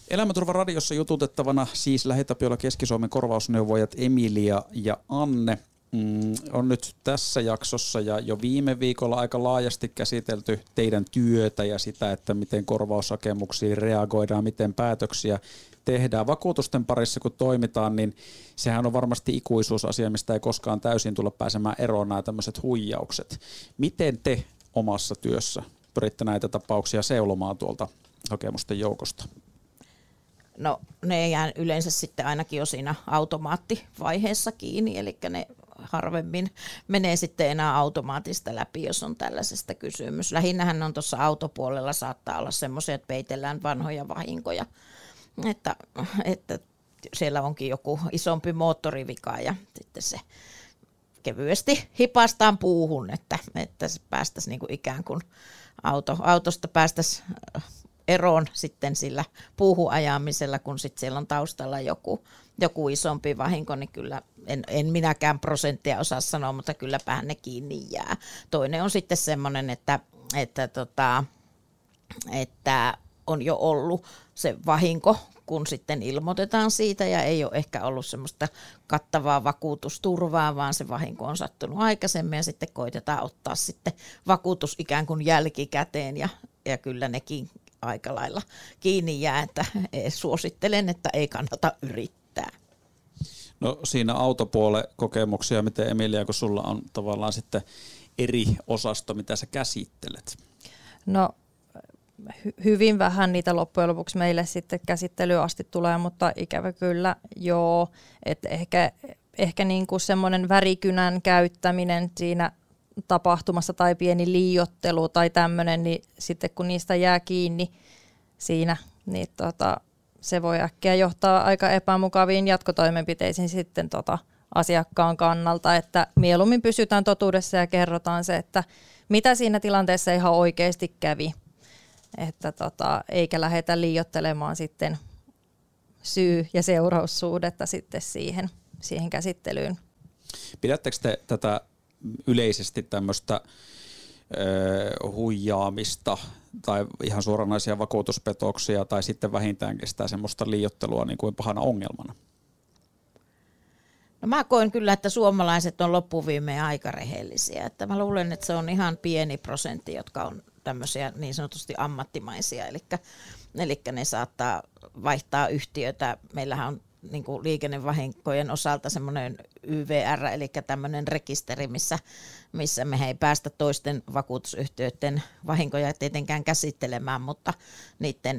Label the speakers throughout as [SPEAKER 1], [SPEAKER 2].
[SPEAKER 1] Elämäturva radiossa jututettavana siis Lähi-Tapiola Keski-Suomen korvausneuvojat Emilia ja Anne. On nyt tässä jaksossa ja jo viime viikolla aika laajasti käsitelty teidän työtä ja sitä, että miten korvaushakemuksiin reagoidaan, miten päätöksiä tehdään. Vakuutusten parissa kun toimitaan, niin sehän on varmasti ikuisuusasia, mistä ei koskaan täysin tulla pääsemään eroon nämä tämmöiset huijaukset. Miten te omassa työssä pyritte näitä tapauksia seulomaan tuolta hakemusten joukosta?
[SPEAKER 2] No ne jää yleensä sitten ainakin jo siinä automaattivaiheessa kiinni, eli ne harvemmin menee sitten enää automaattista läpi, jos on tällaisesta kysymys. Lähinnähän on tuossa autopuolella saattaa olla semmoisia, että peitellään vanhoja vahinkoja, että siellä onkin joku isompi moottorivika ja sitten se kevyesti hipastaan puuhun, että se päästäisiin niin kuin ikään kuin autosta päästäisiin eroon sitten sillä puuhun ajamisella, kun sitten siellä on taustalla joku isompi vahinko, niin kyllä en minäkään prosenttia osaa sanoa, mutta kylläpähän ne kiinni jää. Toinen on sitten semmoinen, että on jo ollut se vahinko, kun sitten ilmoitetaan siitä ja ei ole ehkä ollut semmoista kattavaa vakuutusturvaa, vaan se vahinko on sattunut aikaisemmin ja sitten koitetaan ottaa sitten vakuutus ikään kuin jälkikäteen ja kyllä nekin aika lailla kiinni jää, että suosittelen, että ei kannata yrittää.
[SPEAKER 1] No siinä autopuolen kokemuksia, miten Emilia, kun sulla on tavallaan sitten eri osasto, mitä sä käsittelet?
[SPEAKER 3] No hyvin vähän niitä loppujen lopuksi meille sitten käsittelyyn asti tulee, mutta ikävä kyllä joo, että ehkä niin kuin semmoinen värikynän käyttäminen siinä tapahtumassa tai pieni liioittelu tai tämmöinen, niin sitten kun niistä jää kiinni siinä, niin se voi äkkiä johtaa aika epämukaviin jatkotoimenpiteisiin sitten asiakkaan kannalta, että mieluummin pysytään totuudessa ja kerrotaan se, että mitä siinä tilanteessa ihan oikeasti kävi, että eikä lähdetä liioittelemaan sitten syy- ja seuraussuhdetta sitten siihen käsittelyyn.
[SPEAKER 1] Pidättekö te tätä yleisesti tämmöistä huijaamista tai ihan suoranaisia vakuutuspetoksia tai sitten vähintäänkin sitä semmoista liioittelua niin kuin pahana ongelmana?
[SPEAKER 2] No mä koen kyllä, että suomalaiset on loppuviimeen aika rehellisiä. Että mä luulen, että se on ihan pieni prosentti, jotka on tämmöisiä niin sanotusti ammattimaisia. Eli ne saattaa vaihtaa yhtiötä. Meillähän on niin kuin liikennevahinkojen osalta semmoinen YVR, eli tämmöinen rekisteri, missä me ei päästä toisten vakuutusyhtiöiden vahinkoja tietenkään käsittelemään, mutta niiden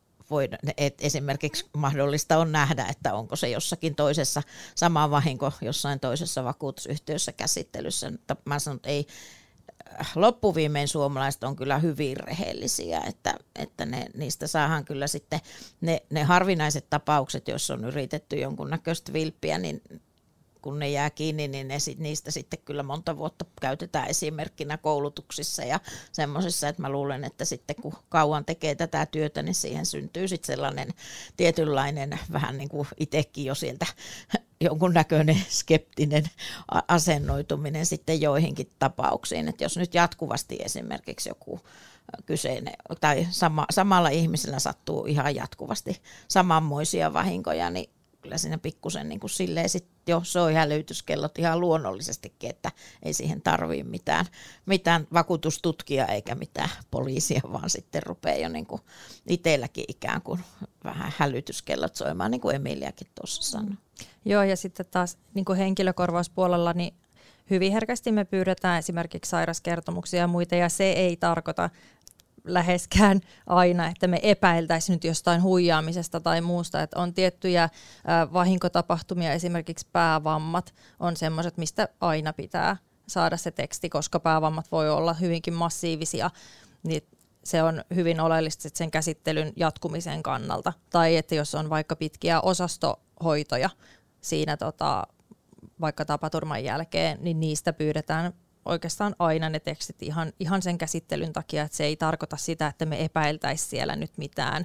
[SPEAKER 2] esimerkiksi mahdollista on nähdä, että onko se jossakin toisessa sama vahinko jossain toisessa vakuutusyhtiössä käsittelyssä. Mä sanon, että ei, loppuviimein suomalaiset on kyllä hyvin rehellisiä, että niistä saadaan kyllä sitten ne harvinaiset tapaukset, jos on yritetty jonkunnäköistä vilppiä, niin kun ne jää kiinni, niin niistä sitten kyllä monta vuotta käytetään esimerkkinä koulutuksissa ja semmoisissa, että mä luulen, että sitten kun kauan tekee tätä työtä, niin siihen syntyy sitten sellainen tietynlainen vähän niin kuin itsekin jo sieltä jonkunnäköinen skeptinen asennoituminen sitten joihinkin tapauksiin, että jos nyt jatkuvasti esimerkiksi joku kyseinen tai samalla ihmisellä sattuu ihan jatkuvasti samanmoisia vahinkoja, niin kyllä siinä pikkusen niin kuin silleen sitten jo soi hälytyskellot ihan luonnollisestikin, että ei siihen tarvitse mitään vakuutustutkia eikä mitään poliisia, vaan sitten rupeaa jo niin kuin itselläkin ikään kuin vähän hälytyskellot soimaan, niin kuin Emiliakin tuossa sanoi.
[SPEAKER 3] Joo, ja sitten taas niin kuin henkilökorvauspuolella niin hyvin herkästi me pyydetään esimerkiksi sairaskertomuksia ja muita, ja se ei tarkoita läheskään aina, että me epäiltäisiin nyt jostain huijaamisesta tai muusta, että on tiettyjä vahinkotapahtumia, esimerkiksi päävammat on semmoiset, mistä aina pitää saada se teksti, koska päävammat voi olla hyvinkin massiivisia, niin se on hyvin oleellista sen käsittelyn jatkumisen kannalta. Tai että jos on vaikka pitkiä osastohoitoja siinä vaikka tapaturman jälkeen, niin niistä pyydetään oikeastaan aina ne tekstit ihan sen käsittelyn takia, että se ei tarkoita sitä, että me epäiltäisiin siellä nyt mitään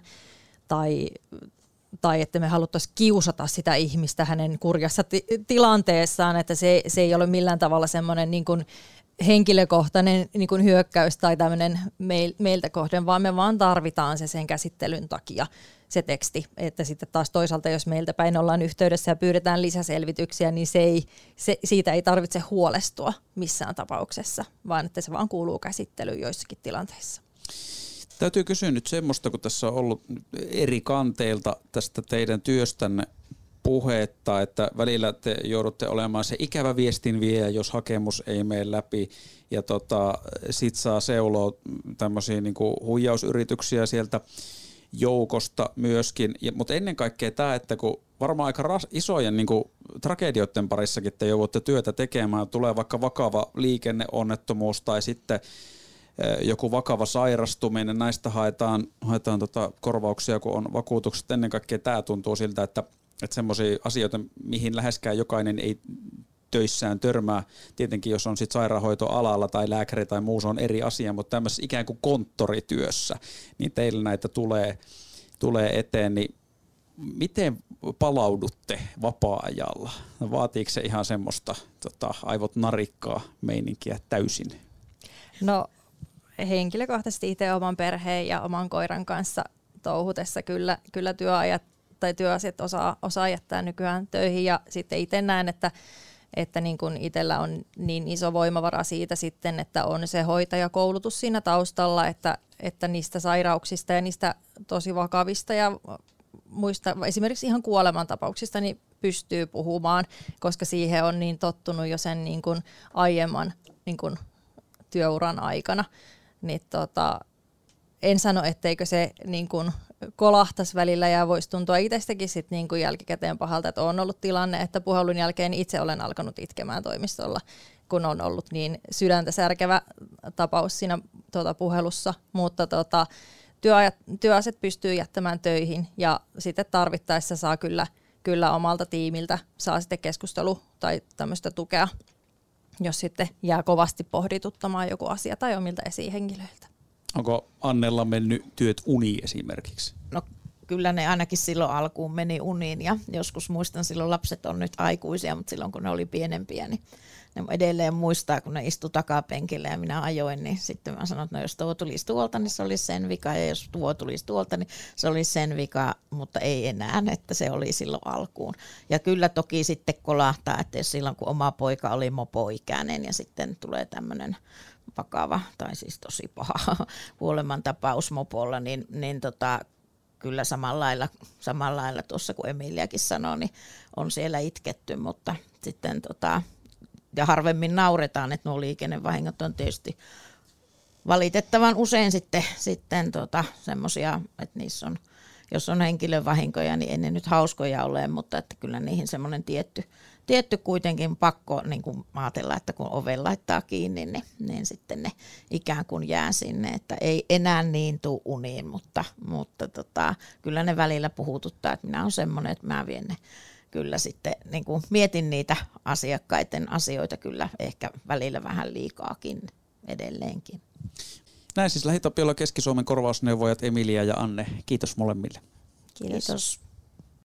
[SPEAKER 3] tai että me haluttaisiin kiusata sitä ihmistä hänen kurjassa tilanteessaan, että se ei ole millään tavalla semmoinen niin kuin henkilökohtainen niin kuin hyökkäys tai tämmöinen meiltä kohden, vaan me vaan tarvitaan se sen käsittelyn takia se teksti. Että sitten taas toisaalta, jos meiltä päin ollaan yhteydessä ja pyydetään lisäselvityksiä, niin siitä ei tarvitse huolestua missään tapauksessa, vaan että se vaan kuuluu käsittelyyn joissakin tilanteissa.
[SPEAKER 1] Täytyy kysyä nyt semmoista, kun tässä on ollut eri kanteilta tästä teidän työstänne puhetta, että välillä te joudutte olemaan se ikävä viestinviejä, jos hakemus ei mene läpi, ja sit saa seuloa tämmöisiä niinku huijausyrityksiä sieltä joukosta myöskin, mutta ennen kaikkea tämä, että kun varmaan aika isojen niinku tragedioiden parissakin te joudutte työtä tekemään, tulee vaikka vakava liikenneonnettomuus tai sitten joku vakava sairastuminen, näistä haetaan korvauksia, kun on vakuutukset. Ennen kaikkea tämä tuntuu siltä, että semmoisia asioita, mihin läheskään jokainen ei töissään törmää. Tietenkin, jos on sit sairaanhoitoalalla tai lääkäri tai muu, se on eri asia, mutta tämmöisessä ikään kuin konttorityössä, niin teillä näitä tulee eteen, niin miten palaudutte vapaa-ajalla? Vaatiiko se ihan semmoista aivot narikkaa meininkiä täysin?
[SPEAKER 3] No henkilökohtaisesti itse oman perheen ja oman koiran kanssa touhutessa kyllä työajat tai työasiat osaa jättää nykyään töihin, ja sitten itse näen, että niin kun itsellä on niin iso voimavara siitä sitten, että on se hoitajakoulutus siinä taustalla, että niistä sairauksista ja niistä tosi vakavista ja muista esimerkiksi ihan kuolemantapauksista niin pystyy puhumaan, koska siihen on niin tottunut jo sen niin kun aiemman niin kun työuran aikana. Niin en sano, etteikö se niin kun kolahtaisi välillä ja voisi tuntua itsestäkin sit niin kuin jälkikäteen pahalta, että on ollut tilanne, että puhelun jälkeen itse olen alkanut itkemään toimistolla, kun on ollut niin sydäntä särkevä tapaus siinä puhelussa, mutta työasiat pystyy jättämään töihin ja sitten tarvittaessa saa kyllä omalta tiimiltä saa sitten keskustelu tai tämmöistä tukea, jos sitten jää kovasti pohdituttamaan joku asia tai omilta esihenkilöiltä.
[SPEAKER 1] Onko Annella mennyt työt uniin esimerkiksi?
[SPEAKER 2] No kyllä ne ainakin silloin alkuun meni uniin, ja joskus muistan, silloin lapset on nyt aikuisia, mutta silloin kun ne oli pienempiä, niin ne edelleen muistaa, kun ne istui takapenkillä ja minä ajoin, niin sitten mä sanoin, että no jos tuo tulisi tuolta, niin se olisi sen vika, ja jos tuo tulisi tuolta, niin se olisi sen vika, mutta ei enää, että se oli silloin alkuun. Ja kyllä toki sitten kolahtaa, että jos silloin kun oma poika oli mopoikäinen ja sitten tulee tämmöinen vakava tai siis tosi paha kuolemantapaus mopolla, niin kyllä samalla lailla tuossa kun Emiliakin sanoi, niin on siellä itketty, mutta sitten ja harvemmin nauretaan, että nuo liikennevahingot on tietysti valitettavan usein sitten semmoisia, että niissä on, jos on henkilövahinkoja, niin ei ne nyt hauskoja ole, mutta että kyllä niihin semmoinen tietty kuitenkin pakko niin kuin ajatella, että kun oven laittaa kiinni, niin sitten ne ikään kuin jää sinne, että ei enää niin tule uniin, mutta kyllä ne välillä puhututtaa, että minä olen semmoinen, että mä vien ne kyllä sitten, niin kuin mietin niitä asiakkaiden asioita kyllä ehkä välillä vähän liikaakin edelleenkin.
[SPEAKER 1] Näin siis LähiTapiola Keski-Suomen korvausneuvojat Emilia ja Anne. Kiitos molemmille.
[SPEAKER 2] Kiitos.